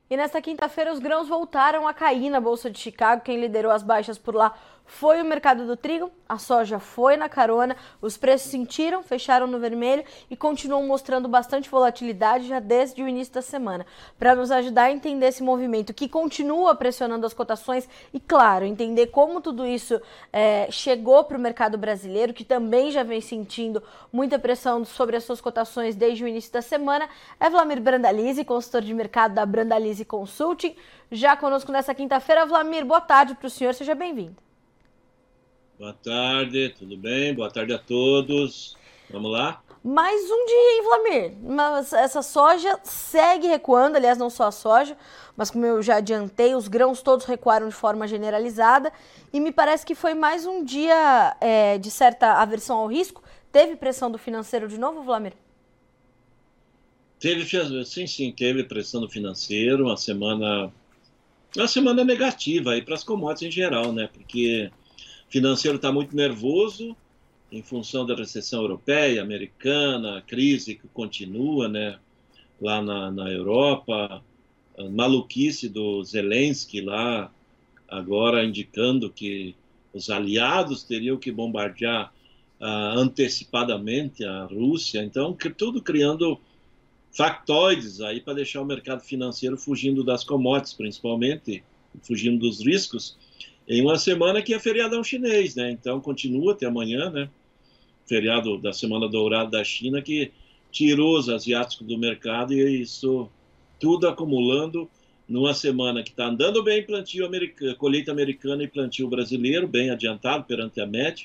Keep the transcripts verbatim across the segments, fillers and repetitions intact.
E nesta quinta-feira, os grãos voltaram a cair na Bolsa de Chicago. Quem liderou as baixas por lá foi o mercado do trigo. A soja foi na carona, os preços sentiram, fecharam no vermelho e continuam mostrando bastante volatilidade já desde o início da semana. Para nos ajudar a entender esse movimento que continua pressionando as cotações e, claro, entender como tudo isso é, chegou para o mercado brasileiro, que também já vem sentindo muita pressão sobre as suas cotações desde o início da semana, é Vlamir Brandalize, consultor de mercado da Brandalize Consulting, já conosco nessa quinta-feira. Vlamir, boa tarde para o senhor, seja bem-vindo. Boa tarde, tudo bem? Boa tarde a todos. Vamos lá? Mais um dia, hein, Vlamir? Mas essa soja segue recuando, aliás, não só a soja, mas como eu já adiantei, os grãos todos recuaram de forma generalizada e me parece que foi mais um dia é, de certa aversão ao risco. Teve pressão do financeiro de novo, Vlamir? Teve, sim, sim, teve pressão do financeiro, uma semana, uma semana negativa aí para as commodities em geral, né? Porque o financeiro está muito nervoso em função da recessão europeia, americana, a crise que continua, né? Lá na, na Europa, a maluquice do Zelensky lá, agora indicando que os aliados teriam que bombardear uh, antecipadamente a Rússia. Então, tudo criando factoides aí para deixar o mercado financeiro fugindo das commodities, principalmente, fugindo dos riscos, em uma semana que é feriadão chinês, né? Então continua até amanhã, né? Feriado da Semana Dourada da China, que tirou os asiáticos do mercado, e isso tudo acumulando numa semana que está andando bem plantio americano, colheita americana e plantio brasileiro, bem adiantado perante a média,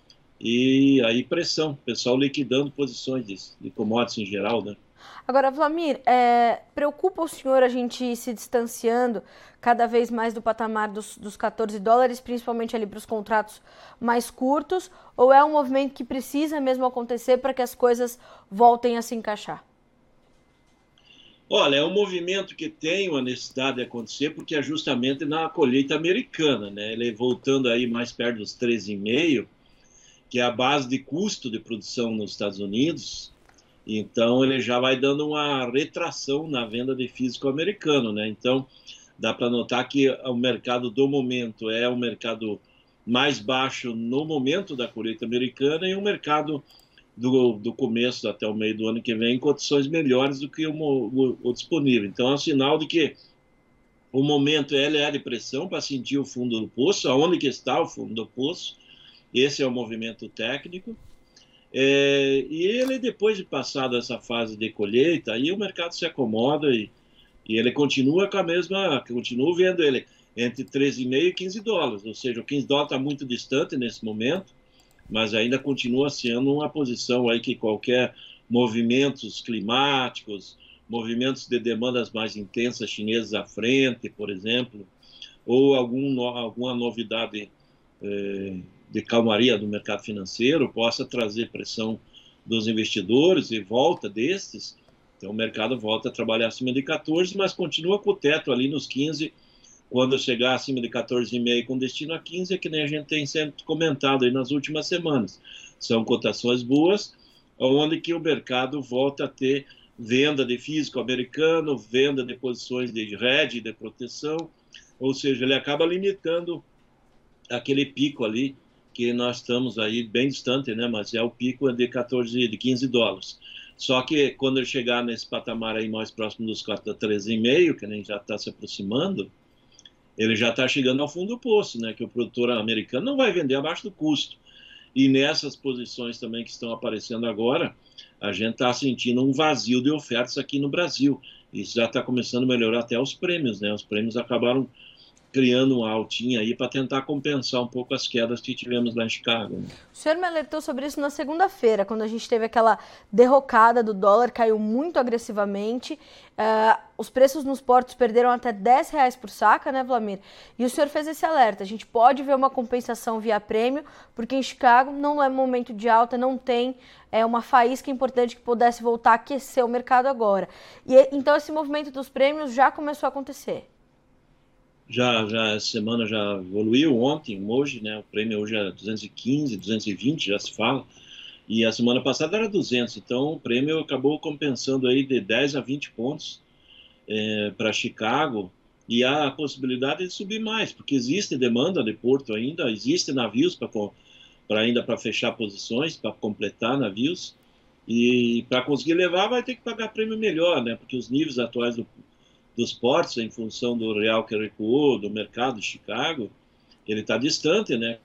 e aí pressão, pessoal liquidando posições de, de commodities em geral, né? Agora, Vlamir, é, preocupa o senhor a gente ir se distanciando cada vez mais do patamar dos, dos quatorze dólares, principalmente ali para os contratos mais curtos, ou é um movimento que precisa mesmo acontecer para que as coisas voltem a se encaixar? Olha, é um movimento que tem uma necessidade de acontecer, porque é justamente na colheita americana, né? Ele voltando aí mais perto dos treze vírgula cinco, que é a base de custo de produção nos Estados Unidos. Então, ele já vai dando uma retração na venda de físico americano, né? Então, dá para notar que o mercado do momento é o mercado mais baixo no momento da colheita americana, e o mercado do, do começo até o meio do ano que vem em condições melhores do que o, o, o disponível. Então, é um sinal de que o momento ele é de pressão para sentir o fundo do poço, aonde que está o fundo do poço. Esse é o movimento técnico. É, e ele, depois de passar dessa fase de colheita, aí o mercado se acomoda e, e ele continua com a mesma, continua vendo ele entre treze vírgula cinco e quinze dólares, ou seja, o quinze dólares está muito distante nesse momento, mas ainda continua sendo uma posição aí que qualquer movimentos climáticos, movimentos de demandas mais intensas chinesas à frente, por exemplo, ou algum, alguma novidade é, de calmaria do mercado financeiro possa trazer pressão dos investidores e volta destes. Então o mercado volta a trabalhar acima de quatorze, mas continua com o teto ali nos quinze. Quando chegar acima de quatorze vírgula cinco com destino a quinze, é que nem a gente tem sempre comentado aí nas últimas semanas. São cotações boas, onde que o mercado volta a ter venda de físico americano, venda de posições de hedge, de proteção, ou seja, ele acaba limitando aquele pico ali que nós estamos aí bem distante, né? Mas é o pico de quatorze, de quinze dólares. Só que quando ele chegar nesse patamar aí mais próximo dos treze vírgula cinco, que nem já está se aproximando, ele já está chegando ao fundo do poço, né? Que o produtor americano não vai vender abaixo do custo. E nessas posições também que estão aparecendo agora, a gente está sentindo um vazio de ofertas aqui no Brasil. Isso já está começando a melhorar até os prêmios, né? Os prêmios acabaram criando uma altinha aí para tentar compensar um pouco as quedas que tivemos lá em Chicago, né? O senhor me alertou sobre isso na segunda-feira, quando a gente teve aquela derrocada do dólar, caiu muito agressivamente, uh, os preços nos portos perderam até dez reais por saca, né, Vlamir? E o senhor fez esse alerta, a gente pode ver uma compensação via prêmio, porque em Chicago não é momento de alta, não tem é, uma faísca importante que pudesse voltar a aquecer o mercado agora. E, então esse movimento dos prêmios já começou a acontecer. Já, já, essa semana já evoluiu, ontem, hoje, né, o prêmio hoje é duzentos e quinze, duzentos e vinte, já se fala, e a semana passada era duzentos, então o prêmio acabou compensando aí de dez a vinte pontos, é, para Chicago, e há a possibilidade de subir mais, porque existe demanda de porto ainda, existe navios para ainda para fechar posições, para completar navios, e para conseguir levar vai ter que pagar prêmio melhor, né? Porque os níveis atuais do, dos portos, em função do real que recuou, do mercado de Chicago, ele está distante, né?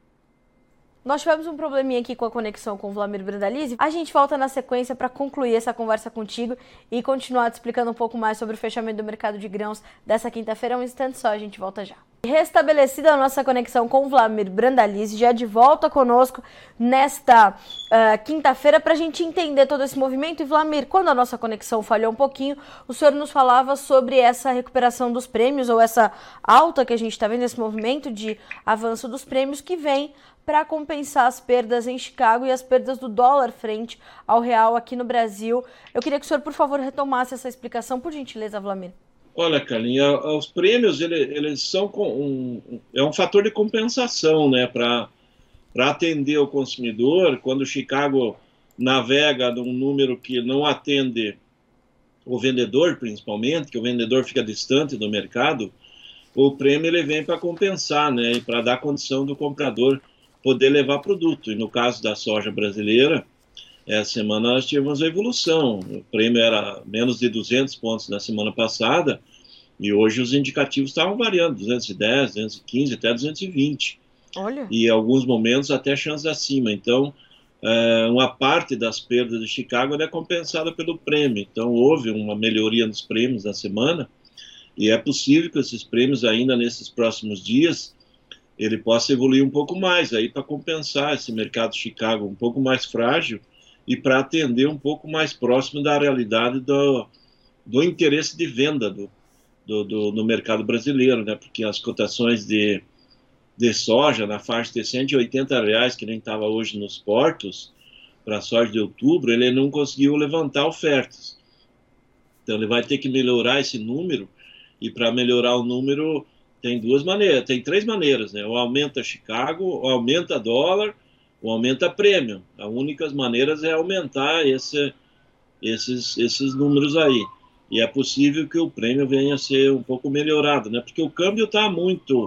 Nós tivemos um probleminha aqui com a conexão com o Wlamir Brandalize. A gente volta na sequência para concluir essa conversa contigo e continuar te explicando um pouco mais sobre o fechamento do mercado de grãos dessa quinta-feira. Um instante só, a gente volta já. Restabelecida a nossa conexão com o Wlamir Brandalize, já de volta conosco nesta uh, quinta-feira para a gente entender todo esse movimento. E Wlamir, quando a nossa conexão falhou um pouquinho, o senhor nos falava sobre essa recuperação dos prêmios, ou essa alta que a gente está vendo, esse movimento de avanço dos prêmios que vem para compensar as perdas em Chicago e as perdas do dólar frente ao real aqui no Brasil. Eu queria que o senhor, por favor, retomasse essa explicação, por gentileza, Wlamir. Olha, Carlinha, os prêmios, eles, eles são um, é um fator de compensação, né, para atender o consumidor. Quando Chicago navega num número que não atende o vendedor, principalmente, que o vendedor fica distante do mercado, o prêmio ele vem para compensar, né, e para dar condição do comprador poder levar produto. E no caso da soja brasileira, essa semana nós tivemos a evolução. O prêmio era menos de duzentos pontos na semana passada e hoje os indicativos estavam variando, duzentos e dez, duzentos e quinze, até duzentos e vinte. Olha. E em alguns momentos até chances acima. Então, é, uma parte das perdas de Chicago é compensada pelo prêmio. Então, houve uma melhoria nos prêmios na semana e é possível que esses prêmios ainda nesses próximos dias ele possa evoluir um pouco mais aí para compensar esse mercado de Chicago um pouco mais frágil e para atender um pouco mais próximo da realidade do, do interesse de venda do, do, do, do mercado brasileiro, né? Porque as cotações de, de soja na faixa de cento e oitenta reais, que nem estava hoje nos portos, para a soja de outubro, ele não conseguiu levantar ofertas. Então ele vai ter que melhorar esse número, e para melhorar o número tem duas maneiras, tem três maneiras, né? Ou aumenta Chicago, ou aumenta dólar, ou aumenta prêmio. As únicas maneiras é aumentar esse, esses, esses números aí. E é possível que o prêmio venha a ser um pouco melhorado, né? Porque o câmbio está muito,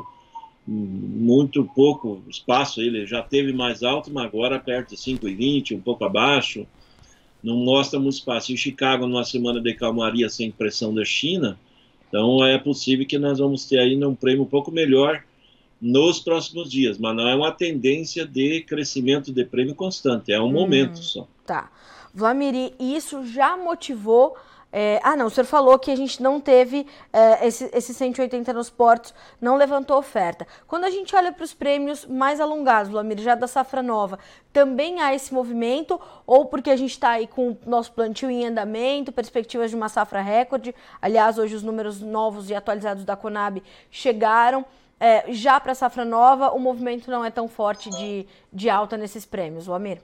muito pouco espaço. Ele já teve mais alto, mas agora perto de cinco e vinte, um pouco abaixo. Não mostra muito espaço. E Chicago, numa semana de calmaria sem pressão da China, então é possível que nós vamos ter aí um prêmio um pouco melhor nos próximos dias, mas não é uma tendência de crescimento de prêmio constante, é um hum, momento só. Tá. Wlamir, isso já motivou... É, ah, não, o senhor falou que a gente não teve é, esse, esse cento e oitenta nos portos, não levantou oferta. Quando a gente olha para os prêmios mais alongados, Wlamir, já da safra nova, também há esse movimento? Ou porque a gente está aí com o nosso plantio em andamento, perspectivas de uma safra recorde? Aliás, hoje os números novos e atualizados da Conab chegaram. É, já para a safra nova, o movimento não é tão forte de, de alta nesses prêmios, Wlamir?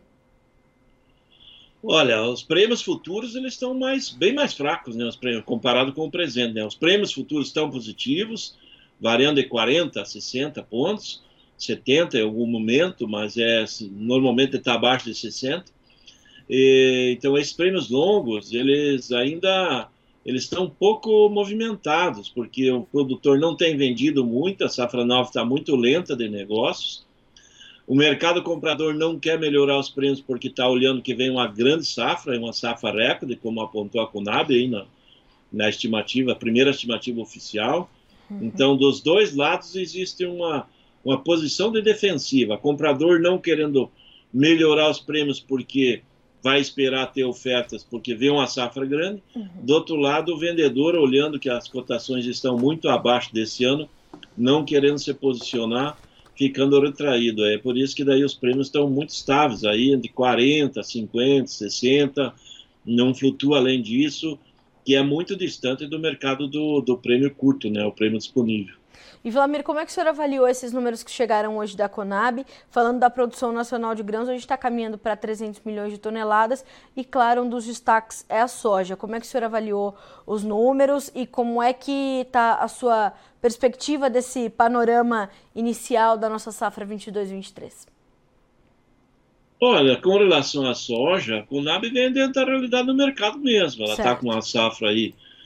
Olha, os prêmios futuros eles estão mais, bem mais fracos, né, os prêmios, comparado com o presente, né? Os prêmios futuros estão positivos, variando de quarenta a sessenta pontos, setenta em algum momento, mas é, normalmente está abaixo de sessenta. E, então, esses prêmios longos, eles ainda eles estão um pouco movimentados, porque o produtor não tem vendido muito, a safra nova está muito lenta de negócios. O mercado comprador não quer melhorar os prêmios porque está olhando que vem uma grande safra, uma safra recorde, como apontou a Conab aí na, na estimativa, a primeira estimativa oficial. Uhum. Então, dos dois lados existe uma, uma posição de defensiva. Comprador não querendo melhorar os prêmios porque vai esperar ter ofertas porque vê uma safra grande. Uhum. Do outro lado, o vendedor olhando que as cotações estão muito abaixo desse ano, não querendo se posicionar, ficando retraído. É por isso que daí os prêmios estão muito estáveis, aí de quarenta, cinquenta, sessenta, não flutua além disso, que é muito distante do mercado do, do prêmio curto, né, o prêmio disponível. E Wlamir, como é que o senhor avaliou esses números que chegaram hoje da Conab? Falando da produção nacional de grãos, a gente está caminhando para trezentos milhões de toneladas e, claro, um dos destaques é a soja. Como é que o senhor avaliou os números e como é que está a sua perspectiva desse panorama inicial da nossa safra vinte e dois vinte e três? Olha, com relação à soja, a Conab vem dentro da realidade do mercado mesmo. Ela está com uma safra aí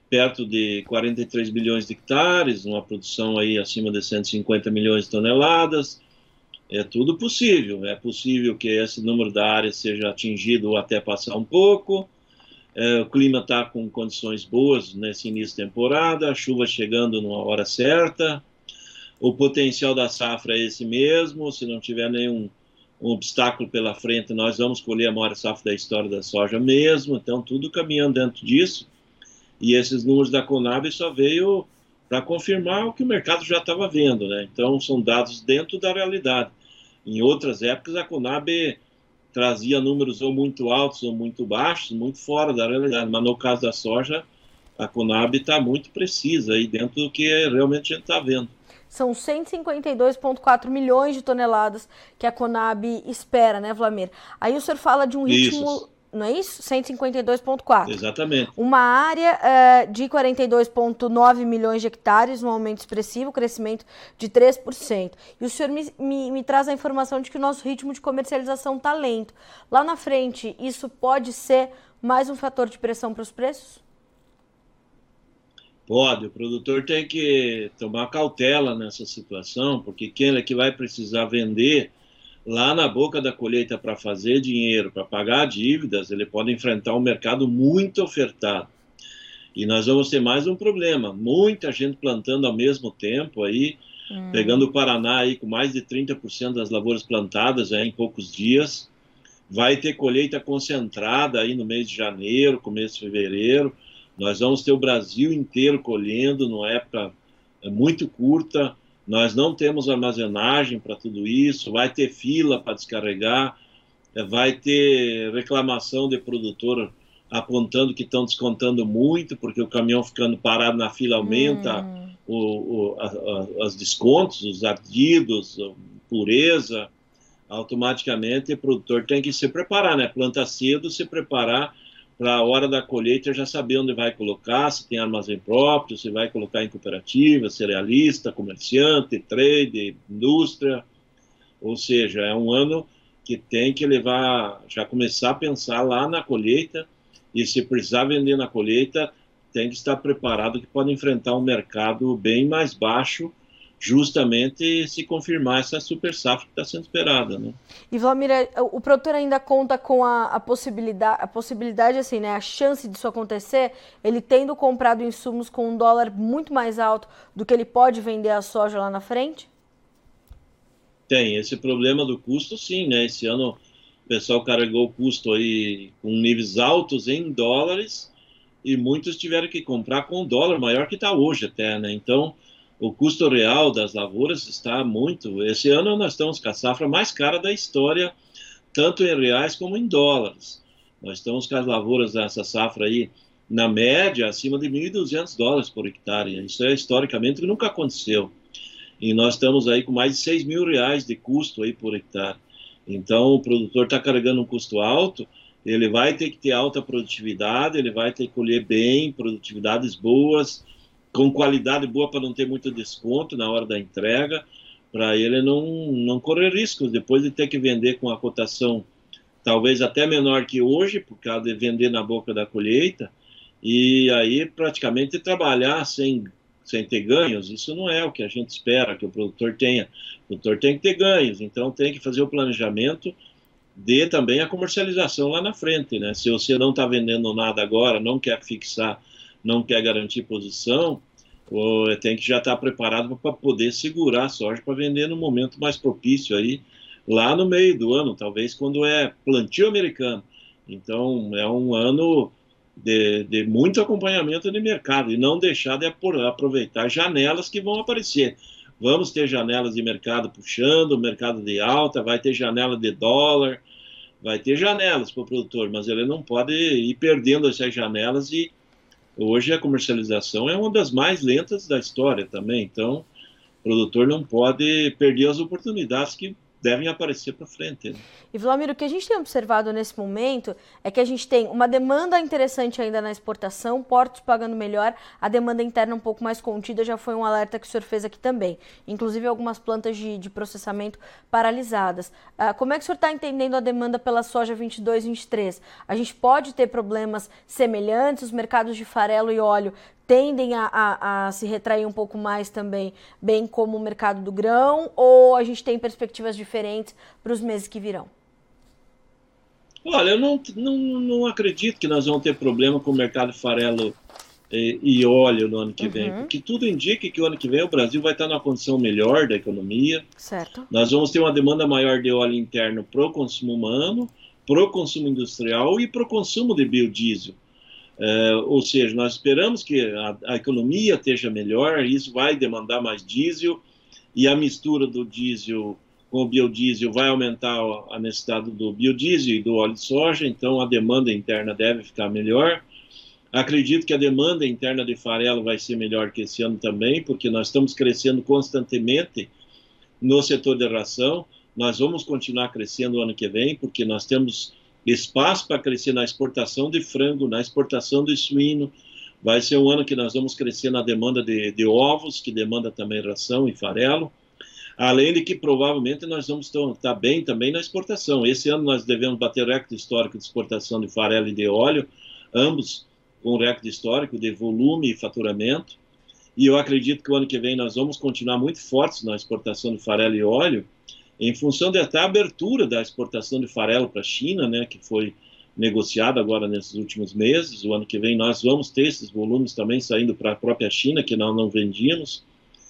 perto de quarenta e três bilhões de hectares, uma produção aí acima de cento e cinquenta milhões de toneladas. É tudo possível. É possível que esse número da área seja atingido ou até passar um pouco. É, o clima está com condições boas nesse início de temporada, a chuva chegando numa hora certa. O potencial da safra é esse mesmo. Se não tiver nenhum um obstáculo pela frente, nós vamos colher a maior safra da história da soja mesmo. Então, tudo caminhando dentro disso. E esses números da Conab só veio para confirmar o que o mercado já estava vendo, né? Então, são dados dentro da realidade. Em outras épocas, a Conab trazia números ou muito altos ou muito baixos, muito fora da realidade. Mas no caso da soja, a Conab está muito precisa aí dentro do que realmente a gente está vendo. São cento e cinquenta e dois vírgula quatro milhões de toneladas que a Conab espera, né, Wlamir? Aí o senhor fala de um ritmo... Isso. Não é isso? cento e cinquenta e dois vírgula quatro. Exatamente. Uma área uh, de quarenta e dois vírgula nove milhões de hectares, um aumento expressivo, crescimento de três por cento. E o senhor me, me, me traz a informação de que o nosso ritmo de comercialização está lento. Lá na frente, isso pode ser mais um fator de pressão para os preços? Pode. O produtor tem que tomar cautela nessa situação, porque quem é que vai precisar vender lá na boca da colheita para fazer dinheiro, para pagar dívidas, ele pode enfrentar um mercado muito ofertado. E nós vamos ter mais um problema, muita gente plantando ao mesmo tempo aí, hum. pegando o Paraná aí com mais de trinta por cento das lavouras plantadas aí em poucos dias, vai ter colheita concentrada aí no mês de janeiro, começo de fevereiro, nós vamos ter o Brasil inteiro colhendo numa época muito curta. Nós não temos armazenagem para tudo isso, vai ter fila para descarregar, vai ter reclamação de produtor apontando que estão descontando muito, porque o caminhão ficando parado na fila aumenta hum. o, o, a, a, os descontos, os ardidos, a pureza, automaticamente o produtor tem que se preparar, né? Planta cedo, se preparar para a hora da colheita já saber onde vai colocar, se tem armazém próprio, se vai colocar em cooperativa, cerealista, comerciante, trade, indústria. Ou seja, é um ano que tem que levar, já começar a pensar lá na colheita, e se precisar vender na colheita, tem que estar preparado que pode enfrentar um mercado bem mais baixo, justamente se confirmar essa super safra que está sendo esperada, né? E Wlamir, o produtor ainda conta com a, a possibilidade, a possibilidade assim, né, a chance disso acontecer, ele tendo comprado insumos com um dólar muito mais alto do que ele pode vender a soja lá na frente? Tem, esse problema do custo sim, né? Esse ano o pessoal carregou o custo aí com níveis altos em dólares e muitos tiveram que comprar com um dólar maior que está hoje até, né? Então, o custo real das lavouras está muito... Esse ano nós estamos com a safra mais cara da história, tanto em reais como em dólares. Nós estamos com as lavouras dessa safra aí, na média, acima de mil e duzentos dólares por hectare. Isso é historicamente que nunca aconteceu. E nós estamos aí com mais de seis mil reais de custo aí por hectare. Então, o produtor está carregando um custo alto, ele vai ter que ter alta produtividade, ele vai ter que colher bem, produtividades boas, com qualidade boa para não ter muito desconto na hora da entrega, para ele não, não correr riscos depois de ter que vender com a cotação talvez até menor que hoje, por causa de vender na boca da colheita, e aí praticamente trabalhar sem, sem ter ganhos. Isso não é o que a gente espera que o produtor tenha. O produtor tem que ter ganhos, então tem que fazer o planejamento de também a comercialização lá na frente, né? Se você não está vendendo nada agora, não quer fixar, não quer garantir posição, ou tem que já estar preparado para poder segurar a soja para vender no momento mais propício aí, lá no meio do ano, talvez quando é plantio americano. Então, é um ano de, de muito acompanhamento de mercado e não deixar de aproveitar janelas que vão aparecer. Vamos ter janelas de mercado puxando, mercado de alta, vai ter janela de dólar, vai ter janelas para o produtor, mas ele não pode ir perdendo essas janelas e hoje a comercialização é uma das mais lentas da história também, então o produtor não pode perder as oportunidades que devem aparecer para frente. Né? E Wlamir, o que a gente tem observado nesse momento é que a gente tem uma demanda interessante ainda na exportação, portos pagando melhor, a demanda interna um pouco mais contida, já foi um alerta que o senhor fez aqui também, inclusive algumas plantas de, de processamento paralisadas. Ah, como é que o senhor está entendendo a demanda pela soja vinte e dois, vinte e três? A gente pode ter problemas semelhantes, os mercados de farelo e óleo tendem a, a, a se retrair um pouco mais também, bem como o mercado do grão, ou a gente tem perspectivas diferentes para os meses que virão? Olha, eu não, não, não acredito que nós vamos ter problema com o mercado de farelo e, e óleo no ano que Uhum. vem, porque tudo indica que o ano que vem o Brasil vai estar numa condição melhor da economia. Certo. Nós vamos ter uma demanda maior de óleo interno para o consumo humano, para o consumo industrial e para o consumo de biodiesel. É, ou seja, nós esperamos que a, a economia esteja melhor, isso vai demandar mais diesel, e a mistura do diesel com o biodiesel vai aumentar a necessidade do biodiesel e do óleo de soja, então a demanda interna deve ficar melhor. Acredito que a demanda interna de farelo vai ser melhor que esse ano também, porque nós estamos crescendo constantemente no setor de ração. Nós vamos continuar crescendo o ano que vem, porque nós temos espaço para crescer na exportação de frango, na exportação de suíno. Vai ser um ano que nós vamos crescer na demanda de, de ovos, que demanda também ração e farelo. Além de que provavelmente nós vamos estar bem também na exportação. Esse ano nós devemos bater recorde histórico de exportação de farelo e de óleo, ambos com recorde histórico de volume e faturamento. E eu acredito que o ano que vem nós vamos continuar muito fortes na exportação de farelo e óleo, em função de até a abertura da exportação de farelo para a China, né, que foi negociada agora nesses últimos meses. O ano que vem nós vamos ter esses volumes também saindo para a própria China, que nós não vendíamos.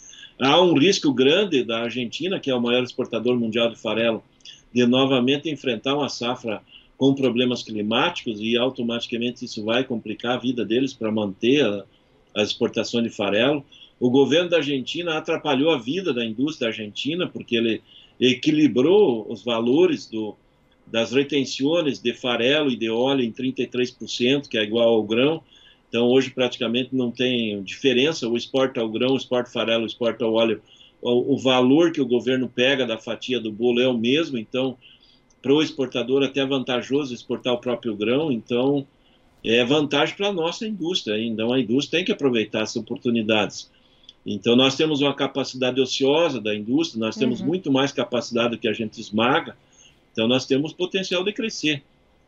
Há um risco grande da Argentina, que é o maior exportador mundial de farelo, de novamente enfrentar uma safra com problemas climáticos, e automaticamente isso vai complicar a vida deles para manter a, a exportação de farelo. O governo da Argentina atrapalhou a vida da indústria argentina, porque ele equilibrou os valores do, das retenções de farelo e de óleo em trinta e três por cento, que é igual ao grão. Então, hoje, praticamente não tem diferença, o exporta ao grão, o exporta farelo, o exporta ao óleo. O, o valor que o governo pega da fatia do bolo é o mesmo, então, para o exportador até é vantajoso exportar o próprio grão, então, é vantagem para a nossa indústria. Então, a indústria tem que aproveitar essas oportunidades. Então, nós temos uma capacidade ociosa da indústria, nós temos uhum. muito mais capacidade do que a gente esmaga, então nós temos potencial de crescer.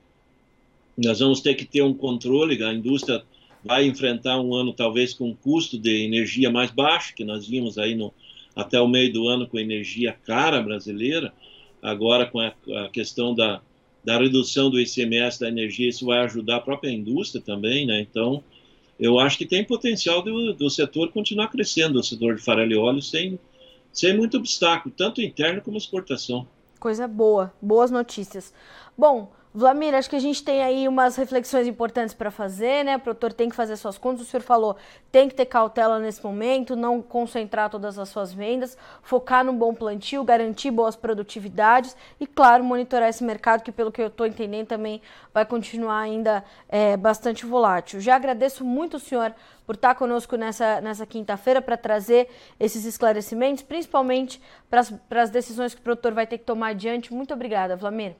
Nós vamos ter que ter um controle, a indústria vai enfrentar um ano talvez com um custo de energia mais baixo, que nós vimos aí no, até o meio do ano com a energia cara brasileira. Agora com a, a questão da, da redução do I C M S da energia, isso vai ajudar a própria indústria também, né? Então, eu acho que tem potencial do, do setor continuar crescendo, o setor de farelo e óleo, sem, sem muito obstáculo, tanto interno como exportação. Coisa boa, boas notícias. Bom, Wlamir, acho que a gente tem aí umas reflexões importantes para fazer, né? O produtor tem que fazer suas contas, o senhor falou, tem que ter cautela nesse momento, não concentrar todas as suas vendas, focar num bom plantio, garantir boas produtividades e, claro, monitorar esse mercado que, pelo que eu estou entendendo, também vai continuar ainda é, bastante volátil. Já agradeço muito o senhor por estar conosco nessa, nessa quinta-feira para trazer esses esclarecimentos, principalmente para as decisões que o produtor vai ter que tomar adiante. Muito obrigada, Wlamir.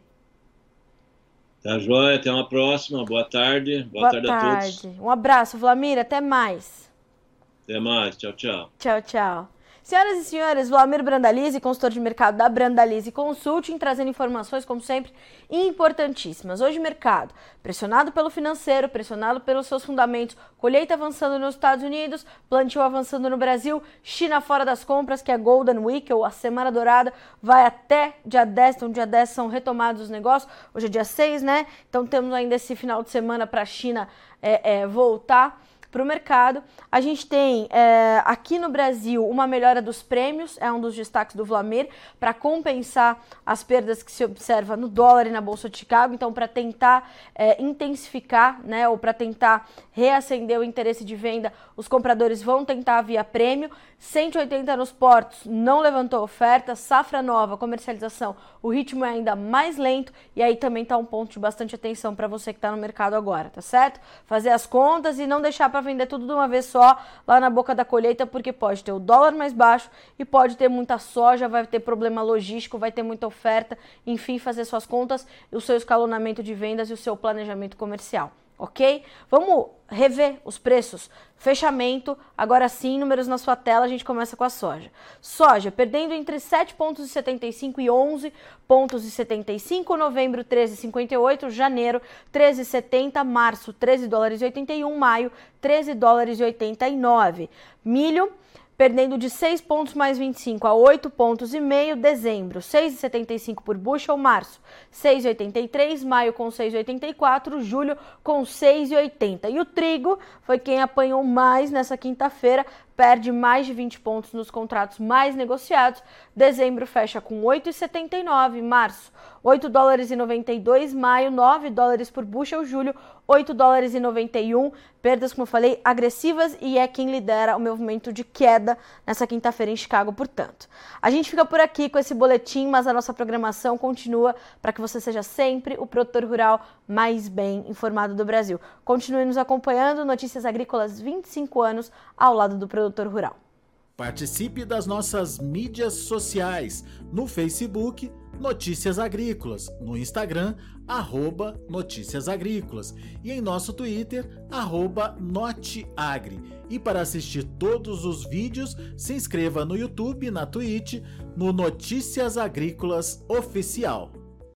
Tá joia, até uma próxima, boa tarde, boa, boa tarde, tarde a todos. Um abraço, Wlamir, até mais. Até mais, tchau, tchau. Tchau, tchau. Senhoras e senhores, Wlamir Brandalize, consultor de mercado da Brandalize Consulting, trazendo informações, como sempre, importantíssimas. Hoje, mercado pressionado pelo financeiro, pressionado pelos seus fundamentos, colheita avançando nos Estados Unidos, plantio avançando no Brasil, China fora das compras, que é Golden Week, ou a Semana Dourada, vai até dia dez, então dia dez são retomados os negócios, hoje é dia seis, né? Então temos ainda esse final de semana para a China é, é, voltar para o mercado. A gente tem é, aqui no Brasil uma melhora dos prêmios, é um dos destaques do Wlamir, para compensar as perdas que se observa no dólar e na Bolsa de Chicago, então para tentar é, intensificar, né, ou para tentar reacender o interesse de venda, os compradores vão tentar via prêmio. Cento e oitenta nos portos, não levantou oferta, safra nova, comercialização, o ritmo é ainda mais lento, e aí também está um ponto de bastante atenção para você que está no mercado agora, tá certo? Fazer as contas e não deixar para vender tudo de uma vez só lá na boca da colheita, porque pode ter o dólar mais baixo e pode ter muita soja, vai ter problema logístico, vai ter muita oferta, enfim, fazer suas contas, o seu escalonamento de vendas e o seu planejamento comercial. ok? Vamos rever os preços. Fechamento, agora sim, números na sua tela, a gente começa com a soja. Soja perdendo entre sete vírgula setenta e cinco e onze vírgula setenta e cinco, novembro treze vírgula cinquenta e oito, janeiro treze vírgula setenta, março treze dólares e oitenta e um, maio treze dólares e oitenta e nove. Milho perdendo de seis pontos mais vinte e cinco a oito pontos e meio, dezembro seis vírgula setenta e cinco por bushel, março seis vírgula oitenta e três, maio com seis vírgula oitenta e quatro, julho com seis vírgula oitenta. E o trigo foi quem apanhou mais nessa quinta-feira, perde mais de vinte pontos nos contratos mais negociados. Dezembro fecha com oito vírgula setenta e nove, março oito dólares e noventa e dois, maio nove dólares por bushel, julho oito dólares e noventa e um, perdas, como eu falei, agressivas, e é quem lidera o movimento de queda nessa quinta-feira em Chicago, portanto. A gente fica por aqui com esse boletim, mas a nossa programação continua para que você seja sempre o produtor rural mais bem informado do Brasil. Continue nos acompanhando, Notícias Agrícolas, vinte e cinco anos ao lado do produtor rural. Participe das nossas mídias sociais, no Facebook, Notícias Agrícolas, no Instagram, arroba Notícias Agrícolas, e em nosso Twitter, arroba Noteagri. E para assistir todos os vídeos, se inscreva no YouTube, na Twitch, no Notícias Agrícolas Oficial.